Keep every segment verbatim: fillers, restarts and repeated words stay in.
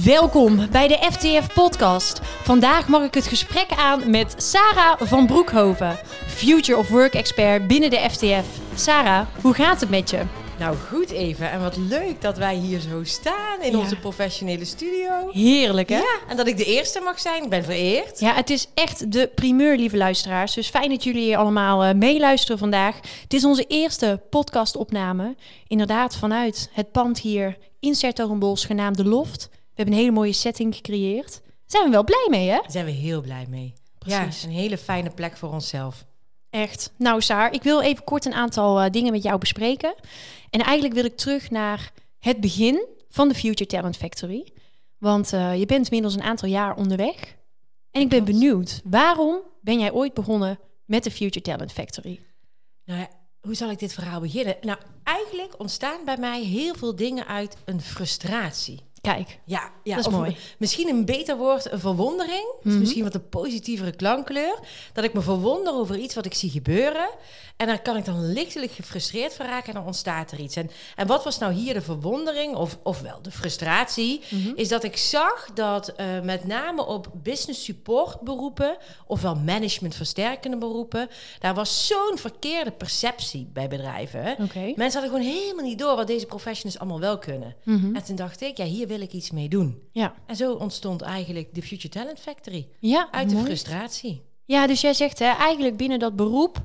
Welkom bij de F T F-podcast. Vandaag mag ik het gesprek aan met Sarah van Broekhoven, Future of Work expert binnen de F T F. Sarah, hoe gaat het met je? Nou, goed even. En wat leuk dat wij hier zo staan in ja. onze professionele studio. Heerlijk, hè? Ja, en dat ik de eerste mag zijn. Ik ben vereerd. Ja, het is echt de primeur, lieve luisteraars. Dus fijn dat jullie hier allemaal uh, meeluisteren vandaag. Het is onze eerste podcastopname. Inderdaad, vanuit het pand hier in 's-Hertogenbosch, genaamd De Loft. We hebben een hele mooie setting gecreëerd. Daar zijn we wel blij mee, hè? Daar zijn we heel blij mee. Precies. Ja, een hele fijne plek voor onszelf. Echt. Nou, Saar, ik wil even kort een aantal uh, dingen met jou bespreken. En eigenlijk wil ik terug naar het begin van de Future Talent Factory. Want uh, je bent inmiddels een aantal jaar onderweg. En ik ben benieuwd, waarom ben jij ooit begonnen met de Future Talent Factory? Nou ja, hoe zal ik dit verhaal beginnen? Nou, eigenlijk ontstaan bij mij heel veel dingen uit een frustratie. Kijk, ja, ja, dat is mooi. Misschien een beter woord, een verwondering. Mm-hmm. Dus misschien wat een positievere klankkleur. Dat ik me verwonder over iets wat ik zie gebeuren. En daar kan ik dan lichtelijk gefrustreerd van raken en dan ontstaat er iets. En, en wat was nou hier de verwondering, of, ofwel de frustratie, mm-hmm. is dat ik zag dat uh, met name op business support beroepen, ofwel management versterkende beroepen, daar was zo'n verkeerde perceptie bij bedrijven. Okay. Mensen hadden gewoon helemaal niet door wat deze professionals allemaal wel kunnen. Mm-hmm. En toen dacht ik, ja, hier wil ik iets mee doen. Ja. En zo ontstond eigenlijk de Future Talent Factory. Ja, uit mooi. de frustratie. Ja, dus jij zegt hè, eigenlijk binnen dat beroep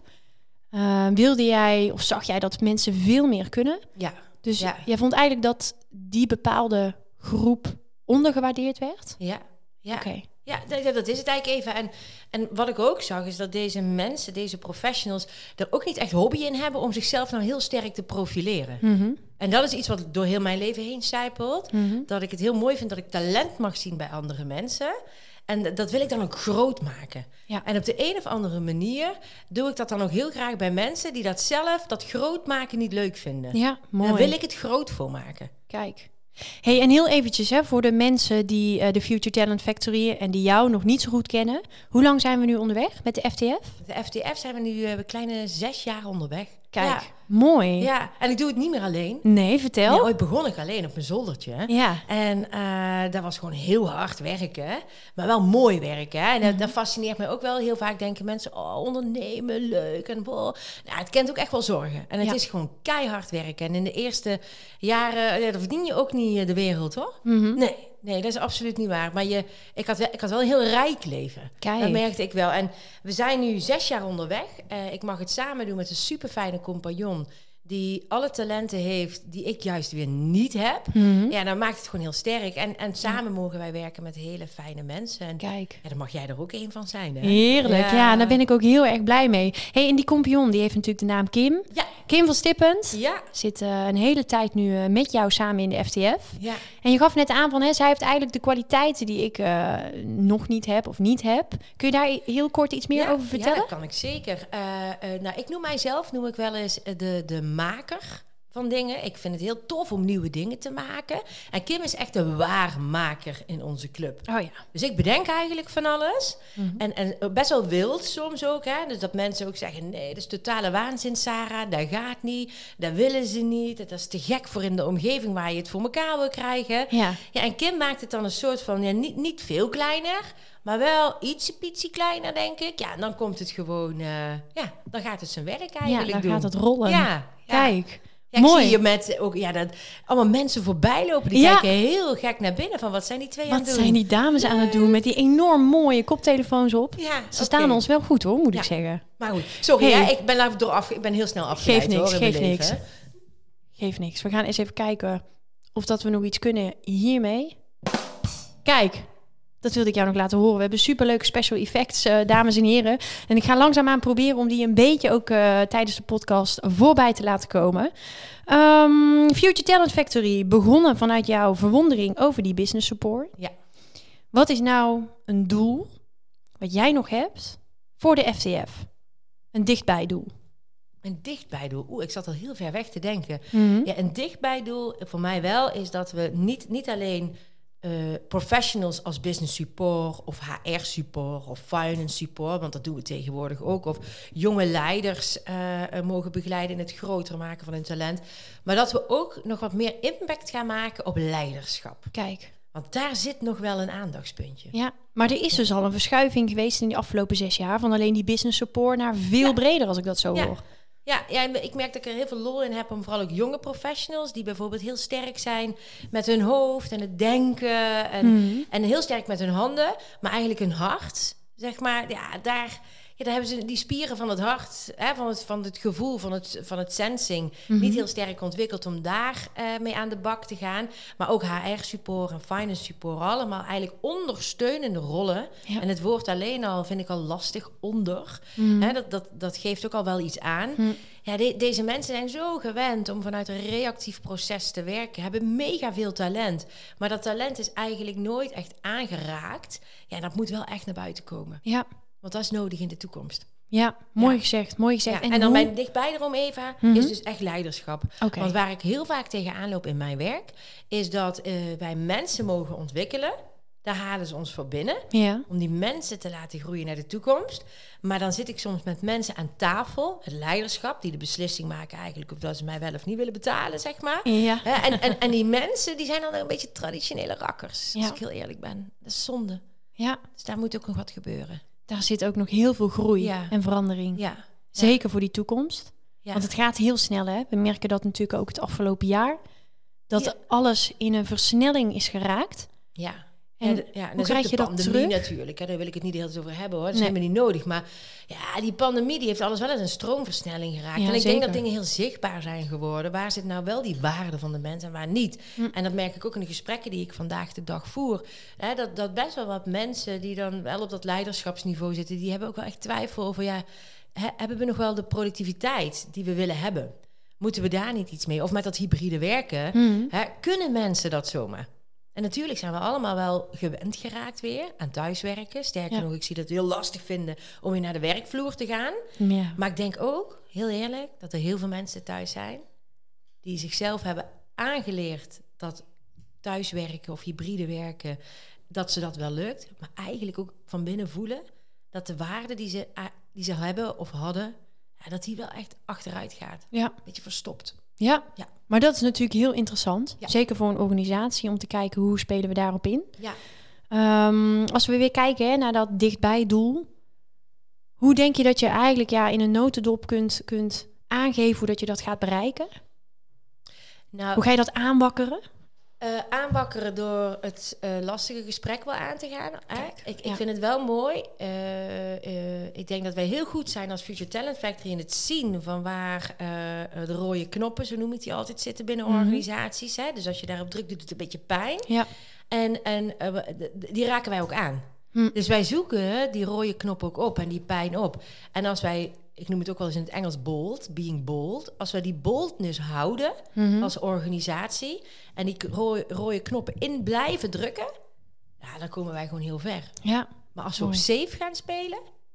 uh, wilde jij of zag jij dat mensen veel meer kunnen. Ja. Dus ja. jij vond eigenlijk dat die bepaalde groep ondergewaardeerd werd? Ja. Ja. Oké. Okay. Ja, dat, dat is het eigenlijk even. En, en wat ik ook zag is dat deze mensen, deze professionals, er ook niet echt hobby in hebben om zichzelf nou heel sterk te profileren. Mm-hmm. En dat is iets wat door heel mijn leven heen sijpelt. Mm-hmm. Dat ik het heel mooi vind dat ik talent mag zien bij andere mensen. En dat wil ik dan ook groot maken. Ja. En op de een of andere manier doe ik dat dan ook heel graag bij mensen die dat zelf, dat groot maken, niet leuk vinden. Ja, mooi. Dan wil ik het groot voor maken. Kijk. Hey, en heel eventjes hè, voor de mensen die uh, de Future Talent Factory en die jou nog niet zo goed kennen. Hoe lang zijn we nu onderweg met de F T F? De F T F zijn we nu uh, een kleine zes jaar onderweg. Kijk, ja. mooi. Ja, en ik doe het niet meer alleen. Nee, vertel. Nee, ooit begon ik alleen op mijn zoldertje. Ja. En uh, dat was gewoon heel hard werken. Maar wel mooi werken. En mm-hmm. dat, dat fascineert mij ook wel. Heel vaak denken mensen, oh, ondernemen, leuk. En wow. Nou, het kent ook echt wel zorgen. En het ja. is gewoon keihard werken. En in de eerste jaren, ja, dan verdien je ook niet de wereld, hoor. Mm-hmm. Nee. Nee, dat is absoluut niet waar. Maar je, ik, had wel, ik had wel een heel rijk leven. Kijk. Dat merkte ik wel. En we zijn nu zes jaar onderweg. Uh, ik mag het samen doen met een superfijne compagnon die alle talenten heeft die ik juist weer niet heb. Mm-hmm. Ja, dan maakt het gewoon heel sterk. En, en samen ja. mogen wij werken met hele fijne mensen. En kijk. Ja, dan mag jij er ook een van zijn. Hè? Heerlijk, ja. ja, daar ben ik ook heel erg blij mee. Hey, en die compagnon, die heeft natuurlijk de naam Kim. Ja. Kim van Stippend. Ja. Zit uh, een hele tijd nu uh, met jou samen in de F T F. Ja. En je gaf net aan van, hè, zij heeft eigenlijk de kwaliteiten die ik uh, nog niet heb of niet heb. Kun je daar heel kort iets meer ja, over vertellen? Ja, dat kan ik zeker. Uh, uh, nou, ik noem mijzelf, noem ik wel eens de, de maker van dingen. Ik vind het heel tof om nieuwe dingen te maken. En Kim is echt de waarmaker in onze club. Oh ja. Dus ik bedenk eigenlijk van alles. Mm-hmm. En, en best wel wild soms ook. Hè? Dus dat mensen ook zeggen, nee, dat is totale waanzin, Sarah. Dat gaat niet. Dat willen ze niet. Dat is te gek voor in de omgeving waar je het voor elkaar wil krijgen. Ja. Ja, en Kim maakt het dan een soort van, ja, niet, niet veel kleiner, maar wel ietsje pietsie kleiner, denk ik. Ja, en dan komt het gewoon, uh, ja, dan gaat het zijn werk eigenlijk ja, dan doen. gaat het rollen. Ja, ja. Kijk. Ja, ik mooi. zie je met ook, ja, dat allemaal mensen voorbij lopen. Die ja. kijken heel gek naar binnen. Van wat zijn die twee wat aan het doen? Wat zijn die dames aan het doen met die enorm mooie koptelefoons op? Ja, Ze okay. staan ons wel goed, hoor, moet ja. ik zeggen. Maar goed, sorry, hey. hè, ik ben daar door af, ik ben heel snel afgeleid. Geef niks, hoor, geef in niks. leven. Geef niks. We gaan eens even kijken of dat we nog iets kunnen hiermee. Kijk. Dat wilde ik jou nog laten horen. We hebben superleuke special effects, uh, dames en heren. En ik ga langzaamaan proberen om die een beetje ook uh, tijdens de podcast voorbij te laten komen. Um, Future Talent Factory, begonnen vanuit jouw verwondering over die business support. Ja. Wat is nou een doel wat jij nog hebt voor de F T F? Een dichtbijdoel. Een dichtbijdoel? Oeh, ik zat al heel ver weg te denken. Mm-hmm. Ja, een dichtbijdoel voor mij wel is dat we niet, niet alleen Uh, professionals als business support of H R support of finance support, want dat doen we tegenwoordig ook, of jonge leiders uh, uh, mogen begeleiden in het groter maken van hun talent, maar dat we ook nog wat meer impact gaan maken op leiderschap. Kijk. Want daar zit nog wel een aandachtspuntje. Ja, maar er is dus al een verschuiving geweest in die afgelopen zes jaar... van alleen die business support naar veel ja. breder, als ik dat zo ja. hoor. Ja, ja, ik merk dat ik er heel veel lol in heb om vooral ook jonge professionals... die bijvoorbeeld heel sterk zijn met hun hoofd en het denken... en, mm. en heel sterk met hun handen, maar eigenlijk hun hart, zeg maar. Ja, daar... Ja, daar hebben ze die spieren van het hart, hè, van, het, van het gevoel, van het, van het sensing... Mm-hmm. niet heel sterk ontwikkeld om daar uh, mee aan de bak te gaan. Maar ook H R-support en finance support, allemaal eigenlijk ondersteunende rollen. Ja. En het woord alleen al vind ik al lastig, onder. Mm. Hè, dat, dat, dat geeft ook al wel iets aan. Mm. Ja, de, deze mensen zijn zo gewend om vanuit een reactief proces te werken. Hebben mega veel talent. Maar dat talent is eigenlijk nooit echt aangeraakt. Ja, dat moet wel echt naar buiten komen. Ja. Want dat is nodig in de toekomst. Ja, mooi ja. gezegd, mooi gezegd. Ja, en, en dan hoe... mijn dichtbij erom, Eva, mm-hmm. is dus echt leiderschap. Okay. Want waar ik heel vaak tegenaan loop in mijn werk... is dat uh, wij mensen mogen ontwikkelen. Daar halen ze ons voor binnen. Ja. Om die mensen te laten groeien naar de toekomst. Maar dan zit ik soms met mensen aan tafel, het leiderschap... die de beslissing maken eigenlijk of dat ze mij wel of niet willen betalen, zeg maar. Ja. Uh, en, en, en die mensen, die zijn dan een beetje traditionele rakkers. Ja. Als ik heel eerlijk ben. Dat is zonde. Ja. Dus daar moet ook nog wat gebeuren. Daar zit ook nog heel veel groei ja. en verandering. Ja. Zeker ja. voor die toekomst. Ja. Want het gaat heel snel, hè. We merken dat natuurlijk ook het afgelopen jaar. Dat ja. alles in een versnelling is geraakt. Ja. En, en, ja, en hoe krijg je dat terug? Natuurlijk, hè, daar wil ik het niet de hele tijd over hebben, hoor. Dat is nee. helemaal niet nodig. Maar ja, die pandemie die heeft alles wel eens een stroomversnelling geraakt. Ja, en ik zeker. denk dat dingen heel zichtbaar zijn geworden. Waar zit nou wel die waarde van de mens en waar niet? Hm. En dat merk ik ook in de gesprekken die ik vandaag de dag voer. Hè, dat, dat best wel wat mensen die dan wel op dat leiderschapsniveau zitten... die hebben ook wel echt twijfel over... ja, he, hebben we nog wel de productiviteit die we willen hebben? Moeten we daar niet iets mee? Of met dat hybride werken, hm. hè, kunnen mensen dat zomaar? En natuurlijk zijn we allemaal wel gewend geraakt weer aan thuiswerken. Sterker ja. nog, ik zie dat heel lastig vinden om weer naar de werkvloer te gaan. Ja. Maar ik denk ook, heel eerlijk, dat er heel veel mensen thuis zijn... die zichzelf hebben aangeleerd dat thuiswerken of hybride werken... dat ze dat wel lukt. Maar eigenlijk ook van binnen voelen dat de waarde die ze, die ze hebben of hadden... Ja, dat die wel echt achteruit gaat. Ja. Een beetje verstopt. Ja. ja, maar dat is natuurlijk heel interessant. Ja. Zeker voor een organisatie om te kijken hoe spelen we daarop in. Ja. Um, als we weer kijken hè, naar dat dichtbij doel. Hoe denk je dat je eigenlijk ja, in een notendop kunt, kunt aangeven hoe dat je dat gaat bereiken? Nou, hoe ga je dat aanwakkeren? Uh, aanwakkeren door het uh, lastige gesprek wel aan te gaan. Kijk, ik ik ja. vind het wel mooi. Uh, uh, ik denk dat wij heel goed zijn als Future Talent Factory in het zien van waar uh, de rode knoppen, zo noem ik die altijd, zitten binnen mm-hmm. organisaties. Hè? Dus als je daarop drukt, doet het een beetje pijn. Ja. En, en uh, die raken wij ook aan. Hm. Dus wij zoeken die rode knop ook op en die pijn op. En als wij, ik noem het ook wel eens in het Engels bold, being bold. Als wij die boldness houden mm-hmm. als organisatie en die rode, rode knoppen in blijven drukken, ja, dan komen wij gewoon heel ver. Ja. Maar als we Mooi. op safe gaan spelen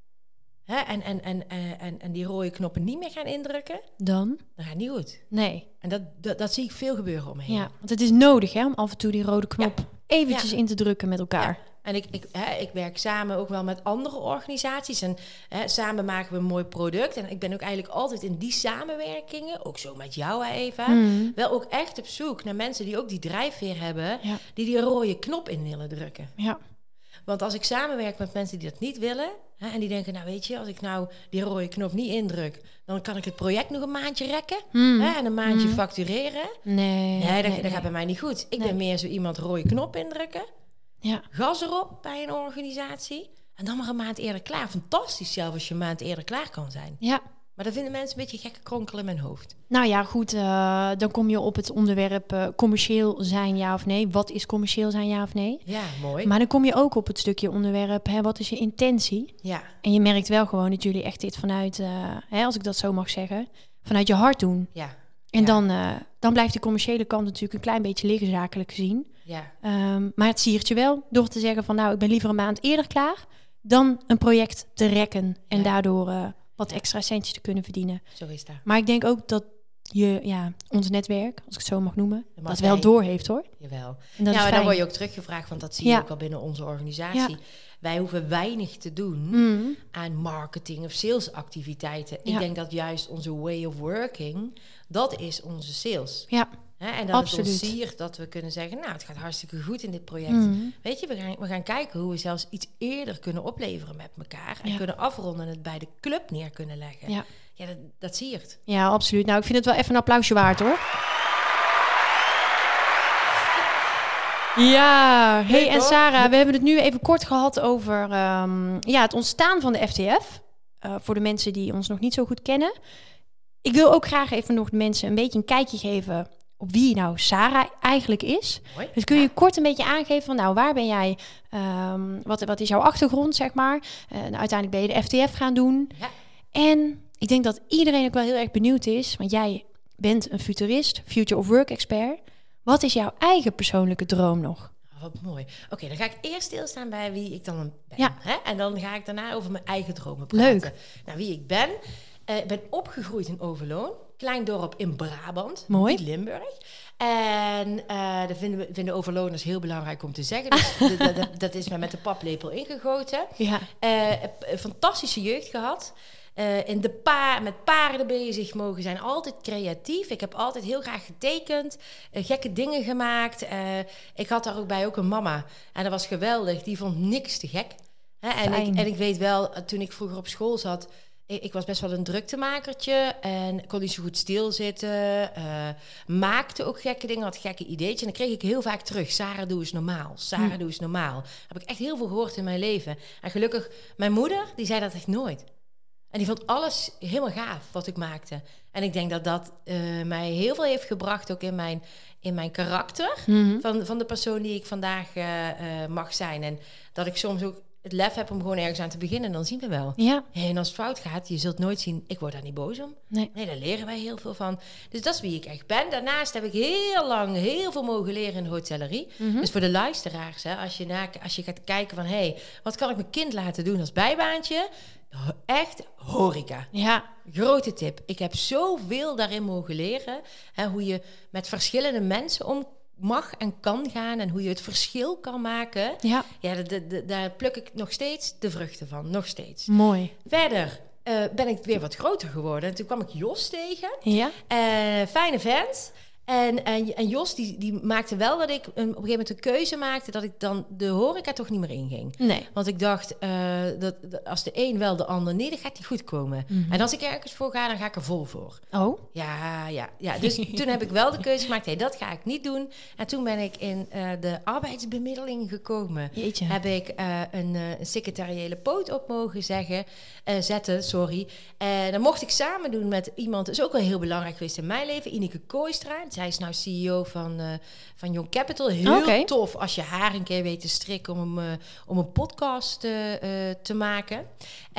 hè, en, en, en, en, en die rode knoppen niet meer gaan indrukken, dan, dan gaat het niet goed. Nee. En dat, dat, dat zie ik veel gebeuren om me heen. Ja, want het is nodig hè, om af en toe die rode knop ja. eventjes ja. in te drukken met elkaar. Ja. En ik, ik, hè, ik werk samen ook wel met andere organisaties. En hè, samen maken we een mooi product. En ik ben ook eigenlijk altijd in die samenwerkingen, ook zo met jou, Eva, mm. wel ook echt op zoek naar mensen die ook die drijfveer hebben, ja. die die rode knop in willen drukken. Ja. Want als ik samenwerk met mensen die dat niet willen, hè, en die denken, nou weet je, als ik nou die rode knop niet indruk, dan kan ik het project nog een maandje rekken mm. hè, en een maandje mm. factureren. Nee, nee, dat, nee, dat nee. gaat bij mij niet goed. Ik nee. ben meer zo iemand rode knop indrukken. Ja. Gas erop bij een organisatie. En dan maar een maand eerder klaar. Fantastisch zelf als je een maand eerder klaar kan zijn. Ja. Maar dan vinden mensen een beetje gekke kronkel in mijn hoofd. Nou ja, goed. Uh, dan kom je op het onderwerp uh, commercieel zijn, ja of nee. Wat is commercieel zijn, ja of nee? Ja, mooi. Maar dan kom je ook op het stukje onderwerp, hè, wat is je intentie? Ja. En je merkt wel gewoon dat jullie echt dit vanuit, uh, hè, als ik dat zo mag zeggen, vanuit je hart doen. Ja. En ja. dan, uh, dan blijft de commerciële kant natuurlijk een klein beetje liggen, zakelijk gezien. Ja. Um, maar het siert je wel door te zeggen van nou, ik ben liever een maand eerder klaar dan een project te rekken en ja. daardoor uh, wat ja. extra centjes te kunnen verdienen. Zo is dat. Maar ik denk ook dat je, ja, ons netwerk, als ik het zo mag noemen, dat, dat wel wij... door heeft hoor. Jawel. En dat ja, maar dan word je ook teruggevraagd, want dat zie je ja. ook wel binnen onze organisatie. Ja. Wij hoeven weinig te doen mm. aan marketing of salesactiviteiten. Ja. Ik denk dat juist onze way of working, dat is onze sales. Ja. Hè? En dat absoluut. het ons siert dat we kunnen zeggen, nou, het gaat hartstikke goed in dit project. Mm. Weet je, we gaan, we gaan kijken hoe we zelfs iets eerder kunnen opleveren met elkaar. En Ja. kunnen afronden en het bij de club neer kunnen leggen. Ja. Ja, dat, dat siert. Ja, absoluut. Nou, ik vind het wel even een applausje waard, hoor. Ja, hey Leuk, en hoor. Sarah, we hebben het nu even kort gehad over um, ja, het ontstaan van de F T F. Uh, voor de mensen die ons nog niet zo goed kennen. Ik wil ook graag even nog de mensen een beetje een kijkje geven op wie nou Sarah eigenlijk is. Mooi. Dus kun je kort een beetje aangeven van, nou, waar ben jij? Um, wat, wat is jouw achtergrond, zeg maar? Uh, nou, uiteindelijk ben je de F T F gaan doen. Ja. En ik denk dat iedereen ook wel heel erg benieuwd is, want jij bent een futurist, Future of Work expert. Wat is jouw eigen persoonlijke droom nog? Oh, wat mooi. Oké, okay, dan ga ik eerst stilstaan bij wie ik dan ben. Ja. Hè? En dan ga ik daarna over mijn eigen dromen praten. Leuk. Nou, wie ik ben. Uh, ik ben opgegroeid in Overloon. Klein dorp in Brabant. Mooi. Niet Limburg. En uh, dat vinden, we, vinden Overloners heel belangrijk om te zeggen. Dus dat, dat, dat, dat is mij met de paplepel ingegoten. Ja. Uh, een fantastische jeugd gehad. Uh, in de pa- met paarden bezig mogen zijn. Altijd creatief. Ik heb altijd heel graag getekend. Uh, gekke dingen gemaakt. Uh, ik had daar ook bij ook een mama. En dat was geweldig. Die vond niks te gek. Hè? En, ik, en ik weet wel, toen ik vroeger op school zat... Ik, ik was best wel een druktemakertje. En kon niet zo goed stilzitten. Uh, maakte ook gekke dingen. Had gekke ideetjes. En dan kreeg ik heel vaak terug. Sarah, doe eens normaal. Sarah, hm. doe eens normaal. Heb ik echt heel veel gehoord in mijn leven. En gelukkig, mijn moeder, die zei dat echt nooit. En die vond alles helemaal gaaf wat ik maakte. En ik denk dat dat uh, mij heel veel heeft gebracht, ook in mijn, in mijn karakter. Mm-hmm. Van, van de persoon die ik vandaag uh, uh, mag zijn. En dat ik soms ook het lef heb om gewoon ergens aan te beginnen. En dan zien we wel. Ja. En als het fout gaat, je zult nooit zien, ik word daar niet boos om. Nee. Nee, daar leren wij heel veel van. Dus dat is wie ik echt ben. Daarnaast heb ik heel lang heel veel mogen leren in de hotellerie. Mm-hmm. Dus voor de luisteraars, hè, als, je na, als je gaat kijken van... hé, hey, wat kan ik mijn kind laten doen als bijbaantje? Echt horeca. Ja. Grote tip. Ik heb zoveel daarin mogen leren. Hè, hoe je met verschillende mensen om mag en kan gaan. En hoe je het verschil kan maken. Ja. Ja, de, de, de, daar pluk ik nog steeds de vruchten van. Nog steeds. Mooi. Verder uh, ben ik weer wat groter geworden. En toen kwam ik Jos tegen. Ja. Uh, fijne vent. En, en, en Jos, die, die maakte wel dat ik een, op een gegeven moment een keuze maakte... dat ik dan de horeca toch niet meer inging. Nee. Want ik dacht, uh, dat, dat als de een wel, de ander niet... dan gaat die goed komen. Mm-hmm. En als ik ergens voor ga, dan ga ik er vol voor. Oh? Ja, ja, ja. Dus toen heb ik wel de keuze gemaakt... Hey, dat ga ik niet doen. En toen ben ik in uh, de arbeidsbemiddeling gekomen. Jeetje. Heb ik uh, een, uh, een secretariële poot op mogen zeggen, uh, zetten, sorry. En dan mocht ik samen doen met iemand... dat is ook wel heel belangrijk geweest in mijn leven... Ineke Kooistra. Zij is nou C E O van, uh, van Young Capital. Heel okay. tof als je haar een keer weet te strikken om, uh, om een podcast uh, uh, te maken.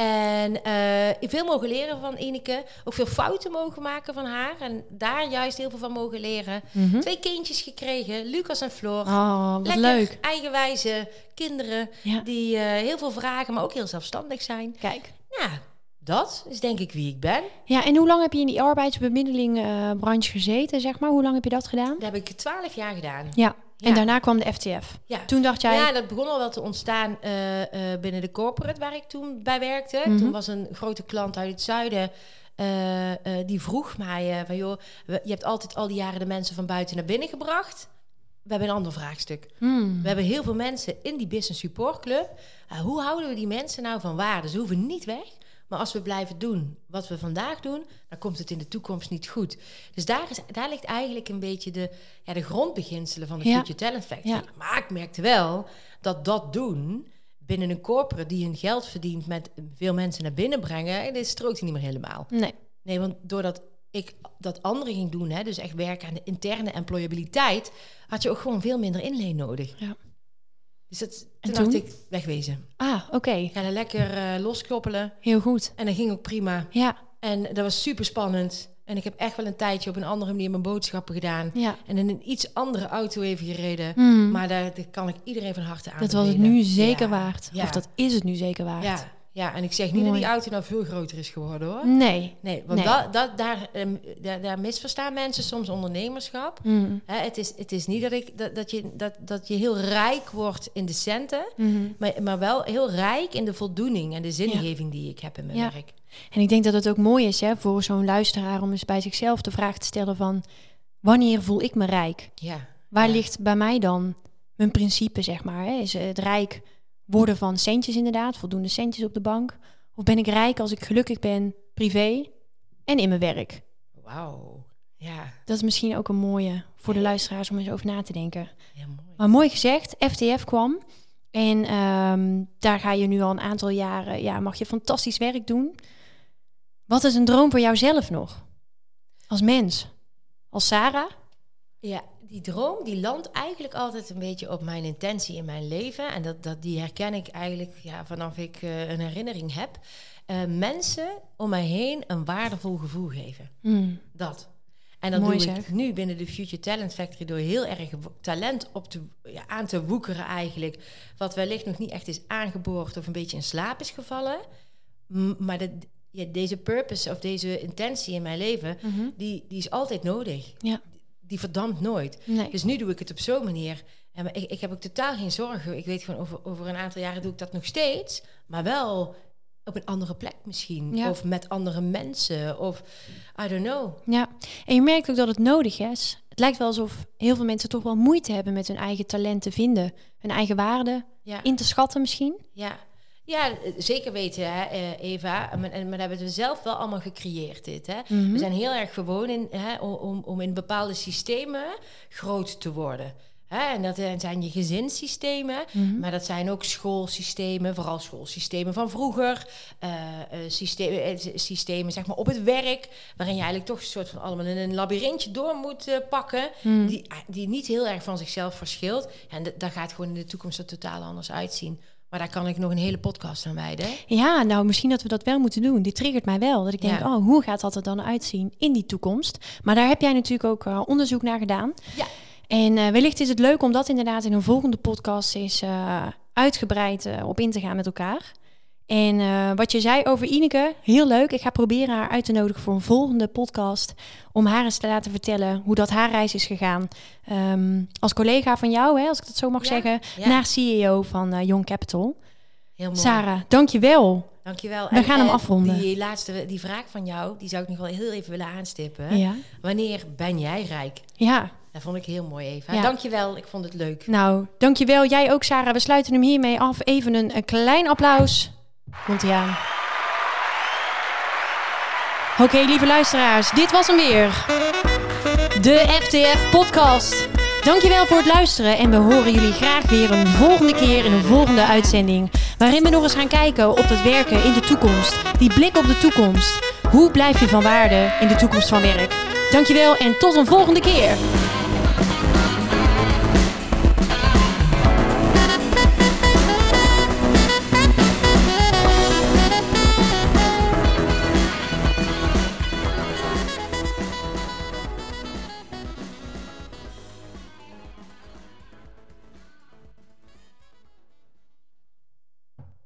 En uh, veel mogen leren van Ineke. Ook veel fouten mogen maken van haar. En daar juist heel veel van mogen leren. Mm-hmm. Twee kindjes gekregen, Lucas en Floor. Oh, wat lekker, leuk. Eigenwijze kinderen ja. die uh, heel veel vragen, maar ook heel zelfstandig zijn. Kijk. Ja, dat is denk ik wie ik ben. Ja, en hoe lang heb je in die arbeidsbemiddeling uh, branche gezeten, zeg maar? Hoe lang heb je dat gedaan? Dat heb ik twaalf jaar gedaan. Ja, en ja. daarna kwam de F T F. Ja. Toen dacht jij... Ja, dat begon al wel te ontstaan uh, uh, binnen de corporate waar ik toen bij werkte. Mm-hmm. Toen was een grote klant uit het zuiden... Uh, uh, die vroeg mij uh, van joh, we, je hebt altijd al die jaren de mensen van buiten naar binnen gebracht. We hebben een ander vraagstuk. Hmm. We hebben heel veel mensen in die Business Support Club. Uh, hoe houden we die mensen nou van waarde? Ze hoeven niet weg. Maar als we blijven doen wat we vandaag doen, dan komt het in de toekomst niet goed. Dus daar, is, daar ligt eigenlijk een beetje de, ja, de grondbeginselen van de ja. Future Talent Factory. Ja. Maar ik merkte wel dat dat doen binnen een corporate die hun geld verdient met veel mensen naar binnen brengen, en dit strookt niet meer helemaal. Nee. Nee, want doordat ik dat andere ging doen, hè, dus echt werken aan de interne employabiliteit, had je ook gewoon veel minder inleen nodig. Ja. Dus dat, toen, toen dacht ik, wegwezen. Ah, oké. Okay. Ga er lekker uh, loskoppelen. Heel goed. En dat ging ook prima. Ja. En dat was super spannend. En ik heb echt wel een tijdje op een andere manier mijn boodschappen gedaan. Ja. En in een iets andere auto even gereden. Mm. Maar daar, daar kan ik iedereen van harte aan. Dat was het nu zeker ja. waard. Ja. Of dat is het nu zeker waard. Ja. Ja, en ik zeg niet Mooi. dat die auto nou veel groter is geworden, hoor. Nee. Nee, want nee. Dat, dat, daar, um, daar, daar misverstaan mensen soms ondernemerschap. Mm. He, het, is, het is niet dat, ik, dat, dat, je, dat, dat je heel rijk wordt in de centen... Mm-hmm. maar, maar wel heel rijk in de voldoening en de zingeving ja. die ik heb in mijn ja. werk. En ik denk dat het ook mooi is, hè, voor zo'n luisteraar om eens bij zichzelf de vraag te stellen van... wanneer voel ik me rijk? Ja. Waar ja. ligt bij mij dan mijn principe, zeg maar? Hè? Is het rijk worden van centjes inderdaad, voldoende centjes op de bank? Of ben ik rijk als ik gelukkig ben, privé en in mijn werk? Wauw, ja. Dat is misschien ook een mooie voor de luisteraars om eens over na te denken. Ja, mooi. Maar mooi gezegd, F T F kwam. En um, daar ga je nu al een aantal jaren, ja, mag je fantastisch werk doen. Wat is een droom voor jouzelf nog? Als mens? Als Sarah? Ja, die droom die landt eigenlijk altijd een beetje op mijn intentie in mijn leven. En dat, dat, die herken ik eigenlijk ja, vanaf ik uh, een herinnering heb. Uh, mensen om mij heen een waardevol gevoel geven. Mm. Dat. En dat Mooi doe zeg. ik nu binnen de Future Talent Factory door heel erg talent op te, ja, aan te woekeren eigenlijk. Wat wellicht nog niet echt is aangeboord of een beetje in slaap is gevallen. M- maar de, ja, deze purpose of deze intentie in mijn leven, mm-hmm. die, die is altijd nodig. Ja. Die verdampt nooit. Nee. Dus nu doe ik het op zo'n manier. En ik, ik heb ook totaal geen zorgen. Ik weet gewoon, over, over een aantal jaren doe ik dat nog steeds. Maar wel op een andere plek misschien. Ja. Of met andere mensen. Of I don't know. Ja, en je merkt ook dat het nodig is. Het lijkt wel alsof heel veel mensen toch wel moeite hebben met hun eigen talent te vinden. Hun eigen waarde ja. in te schatten misschien. Ja. Ja, zeker weten, hè, Eva. Maar, maar dat hebben we zelf wel allemaal gecreëerd, dit. Hè. Mm-hmm. We zijn heel erg gewoon in, hè, om, om in bepaalde systemen groot te worden. Hè, en dat zijn je gezinssystemen, mm-hmm. maar dat zijn ook schoolsystemen, vooral schoolsystemen van vroeger. Uh, uh, systemen, systemen zeg maar, op het werk, waarin je eigenlijk toch een soort van allemaal in een labyrintje door moet uh, pakken, mm. die, die niet heel erg van zichzelf verschilt. En d- daar gaat gewoon in de toekomst er totaal anders uitzien. Maar daar kan ik nog een hele podcast aan wijden. Ja, nou, misschien dat we dat wel moeten doen. Dit triggert mij wel. Dat ik denk, ja. oh, hoe gaat dat er dan uitzien in die toekomst? Maar daar heb jij natuurlijk ook uh, onderzoek naar gedaan. Ja. En uh, wellicht is het leuk om dat inderdaad in een volgende podcast eens uh, uitgebreid uh, op in te gaan met elkaar. En uh, wat je zei over Ineke, heel leuk. Ik ga proberen haar uit te nodigen voor een volgende podcast. Om haar eens te laten vertellen hoe dat haar reis is gegaan. Um, als collega van jou, hè, als ik dat zo mag ja, zeggen. Ja. Naar C E O van uh, Young Capital. Heel mooi. Sarah, dank je wel. Dank je wel. We en, gaan hem afronden. Die laatste, die vraag van jou, die zou ik nog wel heel even willen aanstippen. Ja. Wanneer ben jij rijk? Ja. Dat vond ik heel mooi, Eva. Ja. Dank je wel, ik vond het leuk. Nou, dank je wel. Jij ook, Sarah. We sluiten hem hiermee af. Even een, een klein applaus. Komt-ie aan. Oké, okay, lieve luisteraars. Dit was hem weer. De F T F-podcast. Dankjewel voor het luisteren. En we horen jullie graag weer een volgende keer in een volgende uitzending. Waarin we nog eens gaan kijken op het werken in de toekomst. Die blik op de toekomst. Hoe blijf je van waarde in de toekomst van werk? Dankjewel en tot een volgende keer.